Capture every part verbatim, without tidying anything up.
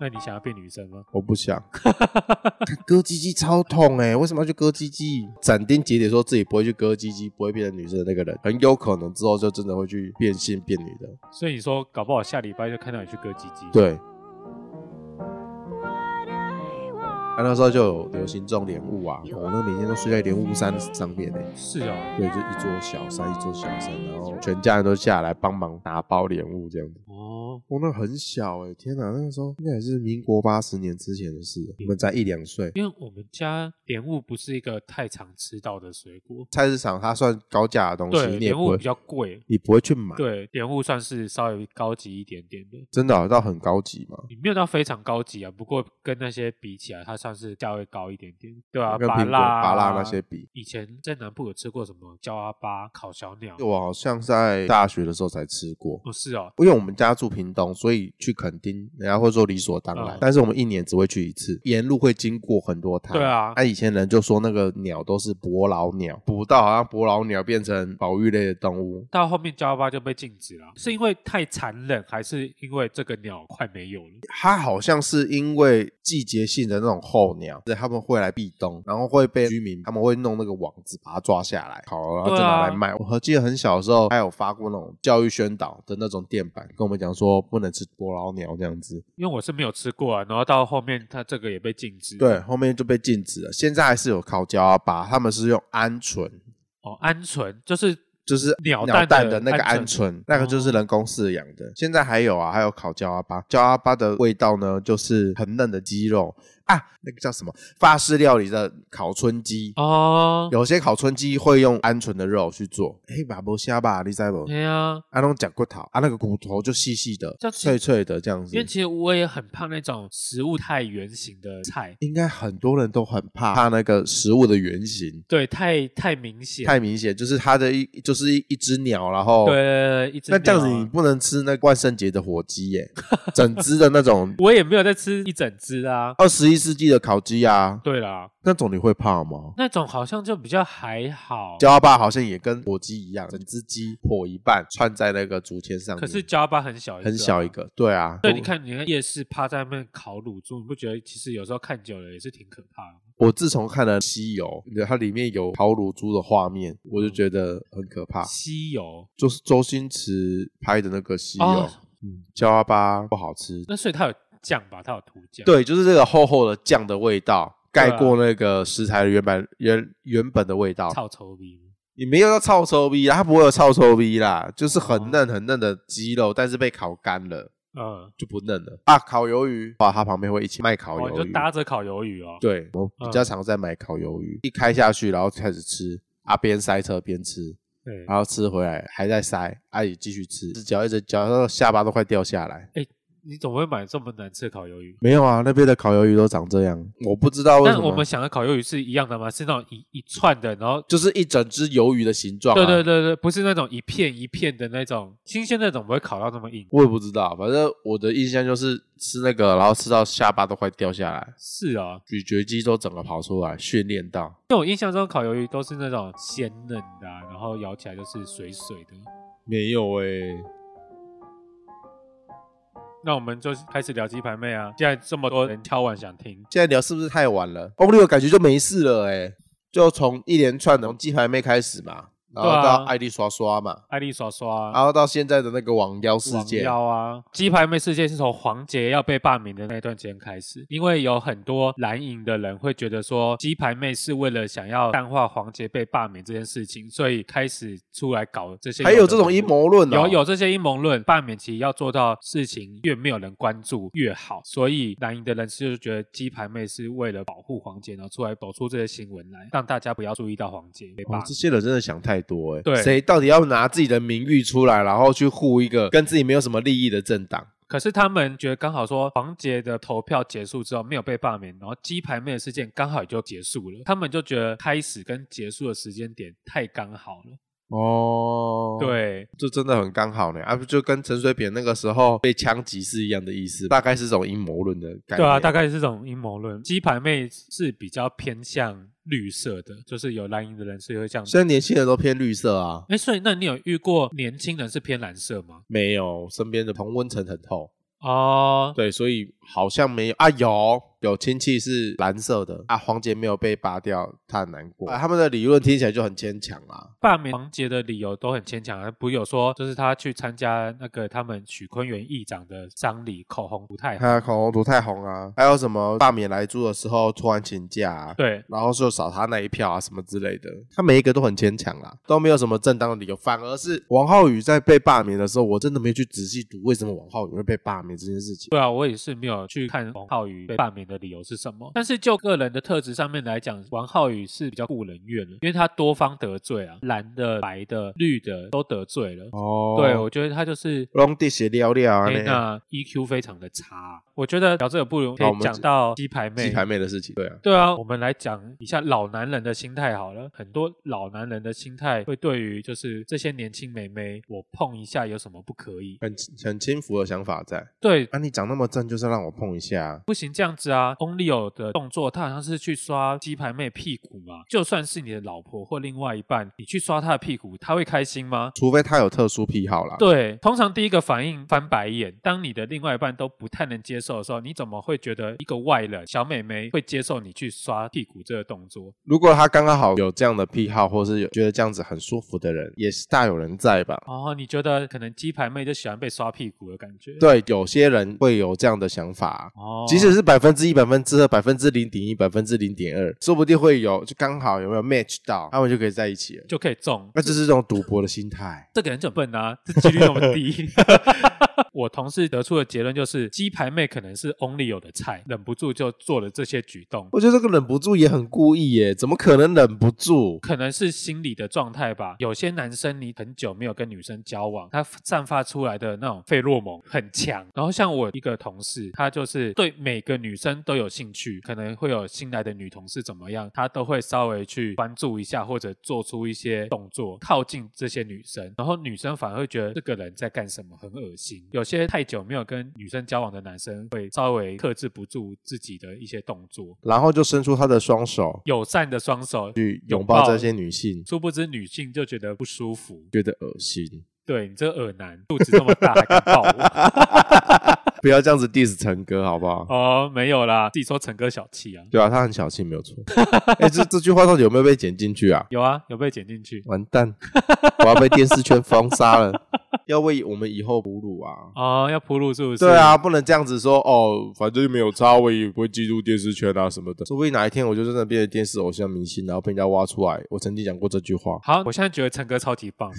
那你想要变女生吗？ 我不想。割鸡鸡超痛哎、欸，为什么要去割鸡鸡？斩钉截铁说自己不会去割鸡鸡，不会变成女生的那个人，很有可能之后就真的会去变性变女的。 所以你说搞不好下礼拜就看到你去割鸡鸡。 对。啊、那时候就有流行这种莲雾啊，我、哦、那每天都睡在莲雾山上面呢、欸。 是哦， 对，就一座小山，一座小山，然后全家人都下来帮忙打包莲雾这样子。哦，哦，那很小哎、欸，天哪，那个时候应该也是民国八十年之前的事了，我们才一两岁。 因为我们家莲雾不是一个太常吃到的水果， 菜市场它算高价的东西， 对， 你也不会， 莲雾比较贵， 你不会去买。 对，莲雾算是稍微高级一点点的。 真的、啊、到很高级吗？ 没有到非常高级啊，不过跟那些比起来，它算是价位高一点点，对啊， 跟苹果、芭乐那些比。 以前在南部有吃过什么焦阿巴、烤小鸟？ 我好像在大学的时候才吃过。 哦，是哦， 因为我们家住屏东，所以去垦丁人家会说理所当然、嗯、但是我们一年只会去一次，沿路会经过很多趟。 对啊， 啊以前人就说那个鸟都是伯劳鸟，捕到好像伯劳鸟变成保育类的动物， 到后面焦阿巴就被禁止了。是因为太残忍，还是因为这个鸟快没有了？ 它好像是因为季节性的那种候鸟，他们会来避冬，然后会被居民他们会弄那个网子把它抓下来烤了，然后就拿来卖、啊、我记得很小的时候还有发过那种教育宣导的那种电板跟我们讲说不能吃伯劳鸟这样子。 因为我是没有吃过啊，然后到后面它这个也被禁止。 对，后面就被禁止了。现在还是有烤焦阿巴，他们是用鹌鹑。 哦，鹌鹑就是就是鸟蛋 的, 蛋的那个鹌鹑，那个就是人工饲养的、哦、现在还有啊，还有烤焦阿巴。焦阿巴的味道呢就是很嫩的鸡肉啊，那个叫什么法式料理的烤春鸡哦，有些烤春鸡会用鹌鹑的肉去做。哎，马不虾吧，你知道不？ 对啊， 啊，那种假骨头啊，那个骨头就细细的、脆脆的这样子。 因为其实我也很怕那种食物太圆形的菜， 应该很多人都很怕怕那个食物的圆形， 对，太太明显， 太明显，就是它的一就是一一只鸟，然后对对对，一只鸟、啊。 那这样子你不能吃那万圣节的火鸡耶，整只的那种。 我也没有在吃一整只啊。 二十一世纪的烤鸡啊， 对啦， 那种你会怕吗？ 那种好像就比较还好。 焦阿巴好像也跟火鸡一样，整只鸡剖一半串在那个竹签上面。 可是焦阿巴很小一个、啊， 很小一个，对啊。 对，你看你看夜市趴在那边烤乳猪，你不觉得其实有时候看久了也是挺可怕的？ 我自从看了西游，它里面有烤乳猪的画面，我就觉得很可怕。 西游就是周星驰拍的那个西游， 哦、 嗯，焦阿巴不好吃。 那所以它有酱吧，它有涂酱。 对，就是这个厚厚的酱的味道盖过那个食材的原本、啊、原原本的味道。 臭臭味， 你没有要臭臭味啦，它不会有臭臭味啦，就是很嫩很嫩的鸡肉，但是被烤干了。嗯，就不嫩了啊！烤鱿鱼，哇，它旁边会一起卖烤鱿鱼， 哦、就搭着烤鱿鱼哦。 对，我比较常在买烤鱿鱼，嗯、一开下去，然后开始吃啊，边塞车边吃，对，然后吃回来还在塞，阿姨继续吃，嚼一直嚼到下巴都快掉下来。 哎，你怎么会买这么难吃的烤鱿鱼？ 没有啊，那边的烤鱿鱼都长这样，我不知道为什么。 但我们想的烤鱿鱼是一样的吗？是那种一一串的，然后就是一整只鱿鱼的形状、啊。 对对对对，不是那种一片一片的那种，新鲜那种不会烤到那么硬。 我也不知道，反正我的印象就是吃那个，然后吃到下巴都快掉下来。 是啊， 咀嚼肌都整个跑出来，训练到。 因为我印象中烤鱿鱼都是那种鲜嫩的、啊，然后咬起来就是水水的。 没有诶、欸。 那我们就开始聊鸡排妹啊！现在这么多人敲碗想听， 现在聊是不是太晚了？欧力我感觉就没事了哎、欸，就从一连串的从鸡排妹开始嘛，然后到艾丽刷刷嘛， 艾丽刷刷， 然后到现在的那个网妖事件。 网妖啊，鸡排妹事件是从黄捷要被罢免的那段时间开始，因为有很多蓝营的人会觉得说，鸡排妹是为了想要淡化黄捷被罢免这件事情，所以开始出来搞这些。 还有这种阴谋论哦？ 有有这些阴谋论，罢免其实要做到事情越没有人关注越好，所以蓝营的人士就觉得鸡排妹是为了保护黄捷，然后出来抖出这些新闻来，让大家不要注意到黄捷被罢免。 哦，这些人真的想太多哎。 对， 谁到底要拿自己的名誉出来，然后去护一个跟自己没有什么利益的政党？ 可是他们觉得刚好说黄捷的投票结束之后没有被罢免，然后鸡排妹的事件刚好也就结束了，他们就觉得开始跟结束的时间点太刚好了。哦，对， 这真的很刚好呢，啊，就跟陈水扁那个时候被枪击是一样的意思，大概是这种阴谋论的概念。 对啊，大概是这种阴谋论。鸡排妹是比较偏向绿色的，就是有蓝营的人是会这样。 现在年轻人都偏绿色啊。 哎，所以那你有遇过年轻人是偏蓝色吗？ 没有，身边的同温层很厚。 哦， 对，所以好像没有啊，有有亲戚是蓝色的啊，黄杰没有被拔掉，他很难过、啊、他们的理论听起来就很牵强啊。 罢免黄杰的理由都很牵强啊，不有说就是他去参加那个他们许坤元议长的丧礼，口红不太红， 啊，口红涂太红啊，还有什么罢免莱猪的时候突然请假、啊、 对， 然后就少他那一票啊什么之类的，他每一个都很牵强啦，都没有什么正当的理由，反而是王浩宇在被罢免的时候，我真的没有去仔细读为什么王浩宇会被罢免这件事情。 对啊，我也是没有去看王浩宇被罢免的理由是什么，但是就个人的特质上面来讲，王浩宇是比较顾人怨的，因为他多方得罪啊，蓝的、白的、绿的都得罪了。哦，对，我觉得他就是拢地血撩撩啊， 那 E Q 非常的差。我觉得聊这个不如可以讲到鸡排妹， 鸡排妹的事情。对啊， 对啊，我们来讲一下老男人的心态好了。很多老男人的心态会对于就是这些年轻妹妹，我碰一下有什么不可以？ 很很轻浮的想法在。 对啊，你长那么正，就是让我碰一下、啊， 不行这样子啊。Onlyo 的动作，他好像是去刷鸡排妹屁股嘛。就算是你的老婆或另外一半，你去刷她的屁股，她会开心吗？ 除非她有特殊癖好啦。 对，通常第一个反应翻白眼。当你的另外一半都不太能接受的时候，你怎么会觉得一个外人小妹妹会接受你去刷屁股这个动作？ 如果她刚刚好有这样的癖好，或是有觉得这样子很舒服的人，也是大有人在吧？ 哦，你觉得可能鸡排妹就喜欢被刷屁股的感觉？ 对，有些人会有这样的想法。 哦， 即使是百分之一、百分之二、百分之零点一、百分之零点二，说不定会有，就刚好有没有 match 到，他们就可以在一起了， 就可以中。 那就是这种赌博的心态。 这个人就很笨啊，这几率那么低。我同事得出的结论就是，鸡排妹可能是 Onlyo 的菜，忍不住就做了这些举动。 我觉得这个忍不住也很故意耶，怎么可能忍不住？ 可能是心理的状态吧。有些男生你很久没有跟女生交往，他散发出来的那种费洛蒙很强。然后像我一个同事，他就是对每个女生都有兴趣，可能会有新来的女同事怎么样，他都会稍微去关注一下，或者做出一些动作靠近这些女生。然后女生反而会觉得这个人在干什么，很恶心。有些太久没有跟女生交往的男生会稍微克制不住自己的一些动作， 然后就伸出他的双手， 友善的双手去拥抱这些女性， 殊不知女性就觉得不舒服， 觉得恶心。 对，你这个恶男肚子这么大还敢抱我。 不要这样子 diss 陈哥好不好？ 哦，没有啦，自己说陈哥小气啊。 对啊，他很小气没有错。哎、欸，这这句话到底有没有被剪进去啊？ 有啊，有被剪进去。 完蛋，我要被电视圈封杀了。要为我们以后铺路啊！ 哦，要铺路是不是？ 对啊，不能这样子说哦，反正没有差，我也不会进入电视圈啊什么的。说不定哪一天我就真的变成电视偶像明星，然后被人家挖出来。我曾经讲过这句话。 好，我现在觉得陈哥超级棒。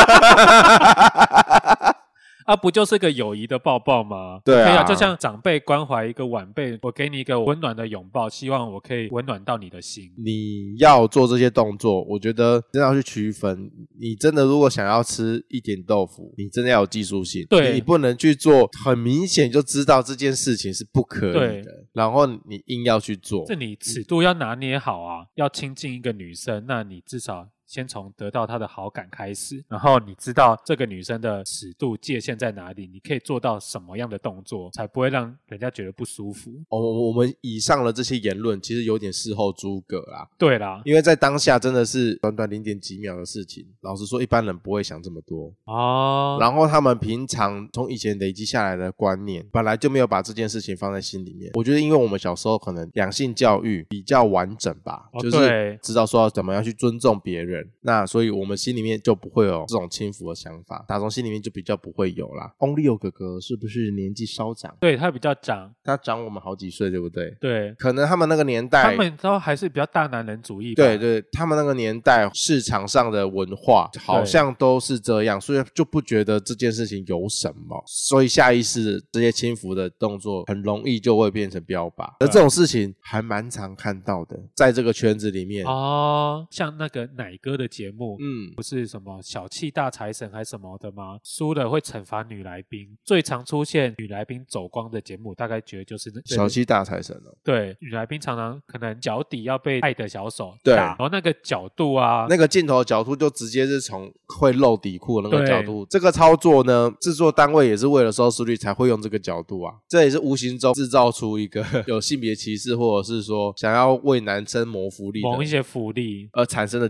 啊，不就是个友谊的抱抱吗？ 对啊， 可以啊，就像长辈关怀一个晚辈，我给你一个温暖的拥抱，希望我可以温暖到你的心。 你要做这些动作，我觉得真的要去区分。你真的如果想要吃一点豆腐，你真的要有技术性， 对， 你不能去做很明显就知道这件事情是不可以的，然后你硬要去做， 这你尺度要拿捏好啊。要亲近一个女生，那你至少先从得到她的好感开始，然后你知道这个女生的尺度界限在哪里，你可以做到什么样的动作才不会让人家觉得不舒服。 哦，我们以上的这些言论其实有点事后诸葛啦。 对啦， 因为在当下真的是短短零点几秒的事情，老实说一般人不会想这么多哦。然后他们平常从以前累积下来的观念本来就没有把这件事情放在心里面。我觉得因为我们小时候可能两性教育比较完整吧， 哦、 就是知道说要怎么样去尊重别人，那所以我们心里面就不会有这种轻浮的想法，打从心里面就比较不会有啦。Onlyo哥哥是不是年纪稍长？ 对，他比较长， 他长我们好几岁对不对？ 对， 可能他们那个年代他们都还是比较大男人主义吧。 对对，他们那个年代市场上的文化好像都是这样，所以就不觉得这件事情有什么，所以下意识这些轻浮的动作很容易就会变成标靶。而这种事情还蛮常看到的，在这个圈子里面哦，像那个奶哥的节目， 嗯， 不是什么小气大财神还是什么的吗？输了会惩罚女来宾，最常出现女来宾走光的节目，大概觉得就是那小气大财神哦。 对，女来宾常常可能脚底要被爱的小手打， 对， 然后那个角度啊， 那个镜头的角度就直接是从会露底裤的那个角度。这个操作呢，制作单位也是为了收视率才会用这个角度啊，这也是无形中制造出一个有性别歧视或者是说想要为男生谋福利的谋一些福利而产生的节目。 反正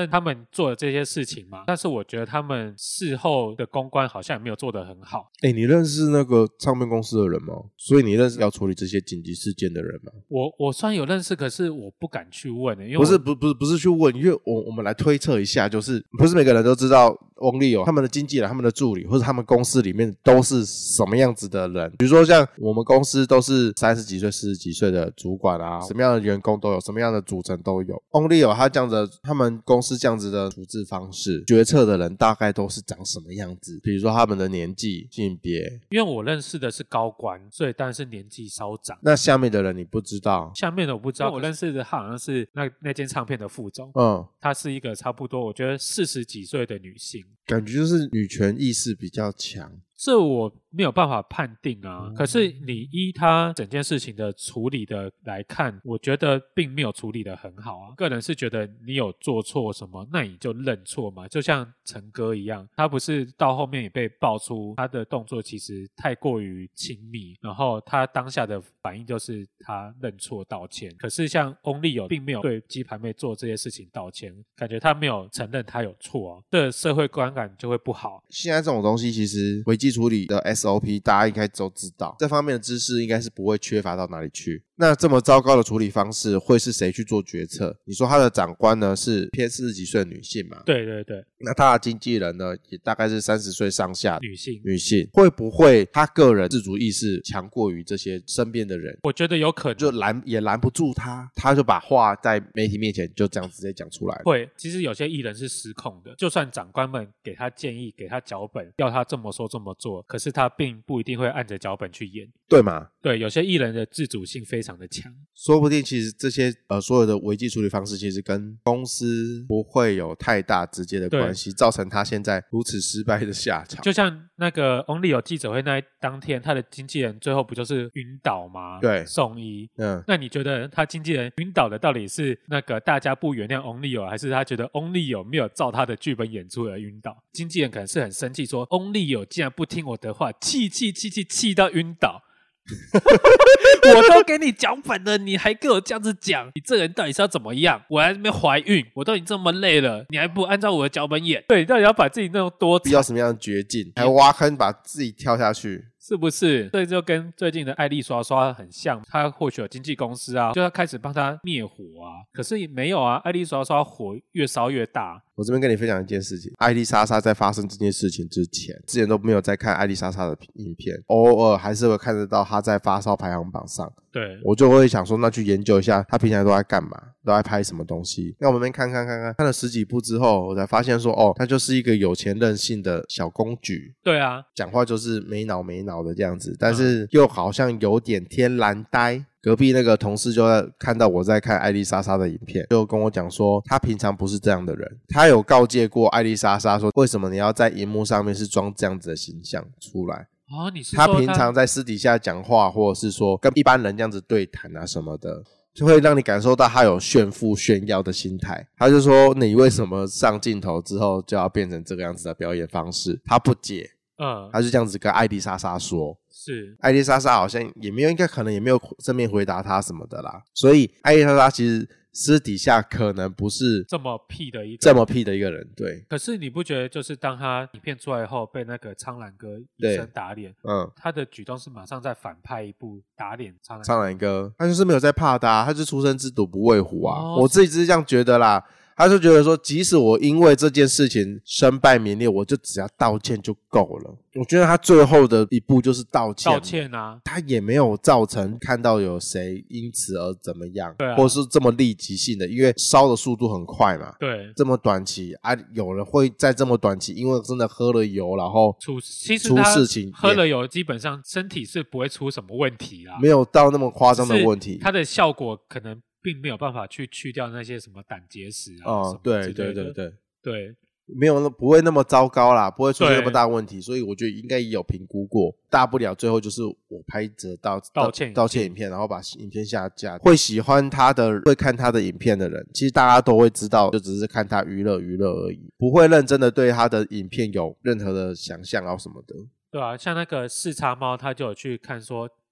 认他们做的这些事情嘛，但是我觉得他们事后的公关好像也没有做得很好。 哎、欸，你认识那个唱片公司的人吗？所以你认识要处理这些紧急事件的人吗？ 我我虽然有认识，可是我不敢去问、欸、因为不是不不是不是去问，因为我我们来推测一下，就是不是每个人都知道翁立友他们的经纪人、他们的助理或者他们公司里面都是什么样子的人。比如说像我们公司都是三十几岁、四十几岁的主管啊，什么样的员工都有，什么样的组成都有。翁立友他这样子，他们公司这样子的处置方式，决策的人大概都是长什么样子？比如说他们的年纪、性别。 因为我认识的是高官，所以当然是年纪稍长。 那下面的人你不知道？ 下面的我不知道，我认识的他好像是那那间唱片的副总， 嗯， 她是一个差不多我觉得四十几岁的女性， 感觉就是女权意识比较强。 这我没有办法判定啊，可是你依他整件事情的处理的来看，我觉得并没有处理的很好啊。个人是觉得你有做错什么，那你就认错嘛，就像陈哥一样，他不是到后面也被爆出他的动作其实太过于亲密，然后他当下的反应就是他认错道歉。可是像翁立友并没有对鸡排妹做这些事情道歉，感觉他没有承认他有错啊，这社会观感就会不好。 现在这种东西其实危机处理的 S O P 大家应该都知道，这方面的知识应该是不会缺乏到哪里去。那这么糟糕的处理方式会是谁去做决策？你说他的长官呢是偏四十几岁的女性嘛？ 对对对。 那他的经纪人呢也大概是三十岁上下女性女性，会不会他个人自主意识强过于这些身边的人？ 我觉得有可能， 就拦也拦不住他，他就把话在媒体面前就这样直接讲出来了。 会，其实有些艺人是失控的，就算长官们给他建议给他脚本要他这么说这么做，可是他并不一定会按着脚本去演， 对吗？ 对，有些艺人的自主性非常的强， 说不定其实这些呃所有的危机处理方式其实跟公司不会有太大直接的关系，造成他现在如此失败的下场。 就像那个翁立友记者会那当天，他的经纪人最后不就是晕倒吗？ 对， 送医。 嗯， 那你觉得他经纪人晕倒的到底是那个大家不原谅翁立友，还是他觉得翁立友没有照他的剧本演出而晕倒？经纪人可能是很生气，说翁立友竟然不听我的话，气气气气气到晕倒。我都给你脚本了，你还跟我这样子讲，你这人到底是要怎么样？我还没怀孕，我都已经这么累了，你还不按照我的脚本演？对，你到底要把自己弄多惨？ 必要什么样的绝境，还挖坑把自己跳下去？ 是不是？这就跟最近的艾丽刷刷很像，他或许有经纪公司啊，就要开始帮他灭火啊，可是也没有啊，艾丽刷刷火越烧越大。 我这边跟你分享一件事情，艾丽莎莎在发生这件事情之前，之前都没有在看艾丽莎莎的影片，偶尔还是会看得到她在发烧排行榜上。 对， 我就会想说，那去研究一下她平常都在干嘛，都在拍什么东西。那我们那边看看看看，看了十几部之后，我才发现说，哦，她就是一个有钱任性的小公举。 对啊， 讲话就是没脑没脑的这样子，但是又好像有点天然呆。隔壁那个同事就在看到我在看艾丽莎莎的影片，就跟我讲说他平常不是这样的人，他有告诫过艾丽莎莎说为什么你要在荧幕上面是装这样子的形象出来。 哦，你是说他, 他平常在私底下讲话或者是说跟一般人这样子对谈啊什么的，就会让你感受到他有炫富炫耀的心态。他就说你为什么上镜头之后就要变成这个样子的表演方式，他不解。嗯，他就这样子跟艾丽莎莎说， 是艾丽莎莎好像也没有，应该可能也没有正面回答他什么的啦。所以艾丽莎莎其实私底下可能不是这么屁的一个这么屁的一个人，对。 可是你不觉得就是当他影片出来后被那个苍兰哥医生打脸，嗯，他的举动是马上在反派一部打脸苍兰苍兰哥，他就是没有在怕的啊，他就是出生之犊不畏虎啊、哦、我自己是这样觉得啦。他就觉得说即使我因为这件事情身败名裂，我就只要道歉就够了。我觉得他最后的一步就是道歉， 道歉啊， 他也没有造成看到有谁因此而怎么样， 对啊， 或是这么立即性的，因为烧的速度很快嘛， 对， 这么短期啊，有人会在这么短期因为真的喝了油然后出其实出事情， 喝了油基本上身体是不会出什么问题啦， 没有到那么夸张的问题， 它的效果可能并没有办法去去掉那些什么胆结石啊，哦， 对对对对对， 没有不会那么糟糕啦，不会出现那么大问题，所以我觉得应该也有评估过，大不了最后就是我拍一则道道歉道歉影片，然后把影片下架。会喜欢他的会看他的影片的人，其实大家都会知道，就只是看他娱乐娱乐而已，不会认真的对他的影片有任何的想象啊什么的。 对啊，像那个四叉猫他就有去看说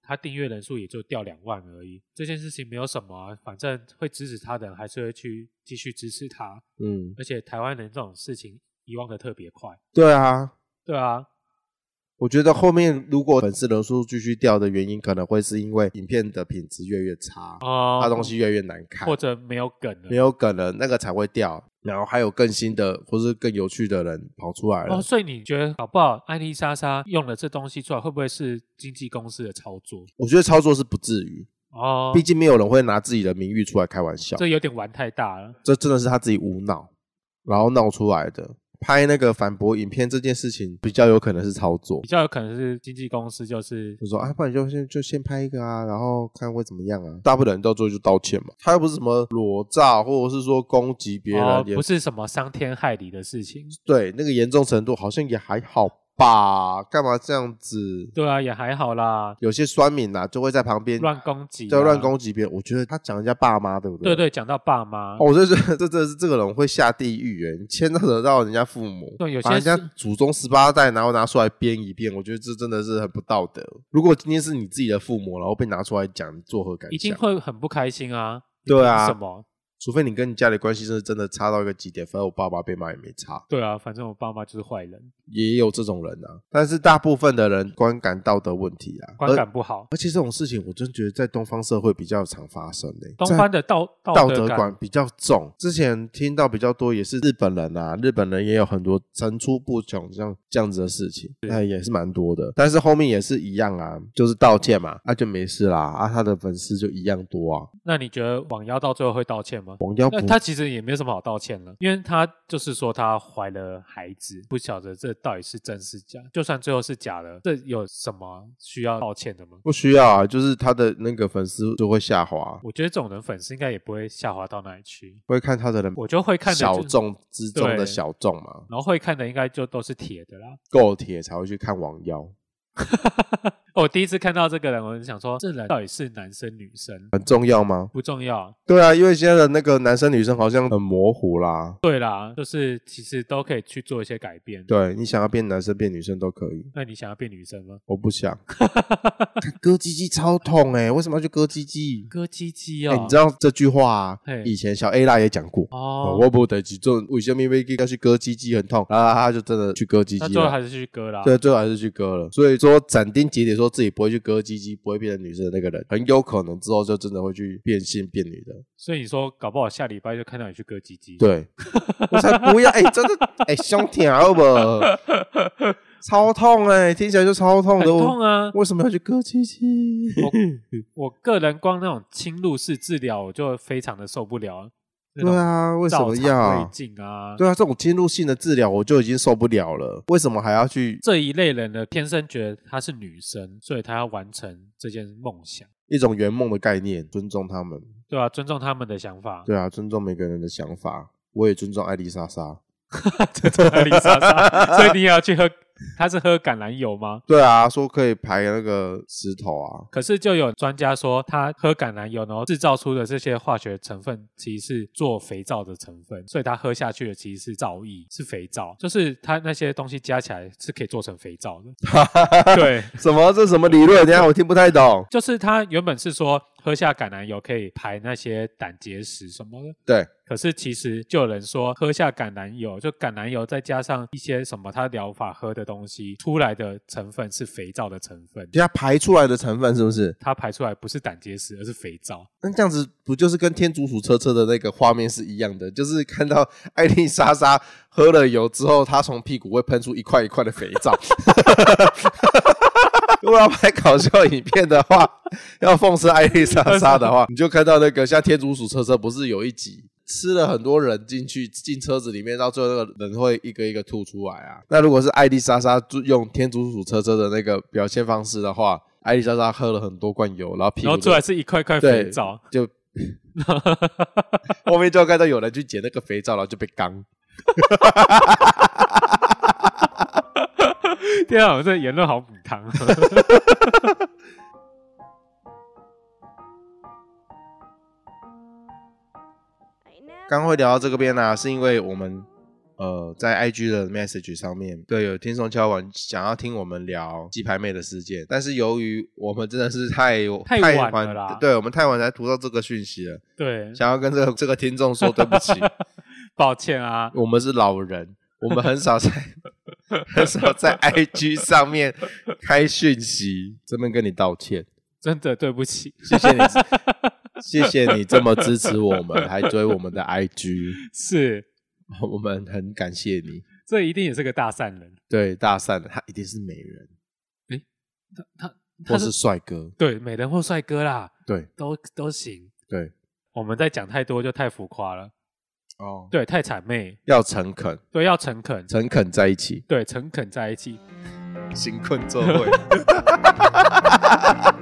他订阅人数也就掉两万而已，这件事情没有什么啊，反正会支持他的人还是会去继续支持他。嗯，而且台湾人这种事情遗忘的特别快。 对啊， 对啊。 我觉得后面如果粉丝人数继续掉的原因，可能会是因为影片的品质越来越差，哦，它东西越来越难看， 或者没有梗了， 没有梗了，那个才会掉。然后还有更新的或是更有趣的人跑出来了。 哦，所以你觉得搞不好艾丽莎莎用了这东西出来，会不会是经纪公司的操作？ 我觉得操作是不至于哦，毕竟没有人会拿自己的名誉出来开玩笑， 这有点玩太大了。 这真的是他自己无脑，然后闹出来的。拍那个反驳影片这件事情比较有可能是操作， 比较有可能是经纪公司就是就说啊，不然你就先就先拍一个啊，然后看会怎么样啊。大部分人到最后就道歉嘛，他又不是什么裸照或者是说攻击别人， 哦，不是什么伤天害理的事情。 对，那个严重程度好像也还好吧，干嘛这样子？对啊，也还好啦。 有些酸民啊就会在旁边乱攻击， 就乱攻击别人。我觉得他讲人家爸妈，对不对？ 对对，讲到爸妈， 哦，我就觉得这真的是这个人会下地狱耶！你牵扯到人家父母， 对，有些把人家祖宗十八代然后拿出来编一遍，我觉得这真的是很不道德。如果今天是你自己的父母，然后被拿出来讲，作何感想？ 一定会很不开心啊！ 对啊， 什么？ 除非你跟你家里关系是真的差到一个极点，反正我爸爸被骂也没差。 对啊，反正我爸妈就是坏人， 也有这种人啊。但是大部分的人观感道德问题啊， 观感不好。 而且这种事情，我真觉得在东方社会比较常发生诶、欸。 东方的道道德感比较重。之前听到比较多也是日本人啊，日本人也有很多层出不穷像这样子的事情，那也是蛮多的。但是后面也是一样啊，就是道歉嘛，啊就没事啦，啊他的粉丝就一样多啊。 那你觉得网妖到最后会道歉吗？ 网妖不， 他其实也没有什么好道歉了，因为他就是说他怀了孩子，不晓得这到底是真是假。就算最后是假的，这有什么需要道歉的吗？ 不需要啊，就是他的那个粉丝就会下滑。 我觉得这种人粉丝应该也不会下滑到哪里去， 会看他的人， 我就会看的小众之中的小众嘛， 然后会看的应该就都是铁的啦， 够铁才会去看网妖。 我第一次看到这个人，我就想说，这人到底是男生女生？ 很重要吗？ 不重要。 对啊，因为现在的那个男生女生好像很模糊啦。 对啦，就是其实都可以去做一些改变。 对，你想要变男生变女生都可以。 那你想要变女生吗？ 我不想。割鸡鸡超痛哎、欸，为什么要去割鸡鸡？ 割鸡鸡哦、 欸，你知道这句话啊？以前小 A 啦也讲过。哦，我不得几种为什么要去割鸡鸡很痛，然后他就真的去割鸡鸡了。 他最后还是去割啦。 对，最后还是去割了。所以说斩钉截铁说自己不会去割鸡鸡，不会变成女生的那个人，很有可能之后就真的会去变性变女的。 所以你说搞不好下礼拜就看到你去割鸡鸡。 对，我才不要！哎、欸，真的，哎、欸，胸痛好不好？超痛哎、欸，听起来就超痛的。 很痛啊！ 为什么要去割鸡鸡？ 我我个人光那种侵入式治疗，我就非常的受不了。 对啊，为什么要？ 胃镜啊， 对啊，这种侵入性的治疗我就已经受不了了，为什么还要去？ 这一类人呢，天生觉得她是女生，所以她要完成这件梦想， 一种圆梦的概念，尊重他们。 对啊，尊重他们的想法。 对啊，尊重每个人的想法，我也尊重艾丽莎莎。 尊重艾丽莎莎，所以你也要去喝。他是喝橄榄油吗？ 对啊，说可以排那个石头啊。 可是就有专家说，他喝橄榄油，然后制造出的这些化学成分，其实是做肥皂的成分，所以他喝下去的其实是皂液，是肥皂，就是他那些东西加起来是可以做成肥皂的。对， 什么？这什么理论？等一下我听不太懂。 就是他原本是说喝下橄榄油可以排那些胆结石什么的。 对。 可是其实就有人说，喝下橄榄油，就橄榄油再加上一些什么他疗法喝的东西，出来的成分是肥皂的成分。 它排出来的成分是不是？ 它排出来不是胆结石，而是肥皂。 那这样子不就是跟天竺鼠车车的那个画面是一样的？就是看到艾丽莎莎喝了油之后，她从屁股会喷出一块一块的肥皂。如果要拍搞笑影片的话，要讽刺艾丽莎莎的话，你就看到那个像天竺鼠车车，不是有一集吃了很多人进去进车子里面，到最后那个人会一个一个吐出来啊。那如果是艾丽莎莎用天竺鼠车车的那个表现方式的话，艾丽莎莎喝了很多罐油，然后屁股然后出来是一块块肥皂， 就后面就看到有人去捡那个肥皂，然后就被刚。 天啊，我这言论好母汤。 刚会聊到这个边啊，是因为我们呃，在 I G 的 message 上面，对，有听众敲完想要听我们聊鸡排妹的事件，但是由于我们真的是太太晚了啦， 对，我们太晚才读到这个讯息了， 对， 想要跟这个这个听众说对不起， 抱歉啊， 我们是老人，我们很少在很少在 I G 上面开讯息，这边跟你道歉， 真的对不起， 谢谢你。谢谢你这么支持我们，还追我们的 I G， 是我们很感谢你。 这一定也是个大善人， 对，大善人，他一定是美人， 诶他他或是帅哥， 对，美人或帅哥啦， 对， 都都行。 对， 我们在讲太多就太浮夸了， 哦， 对，太谄媚， 要诚恳， 对，要诚恳， 诚恳在一起， 对，诚恳在一起， 行困作会。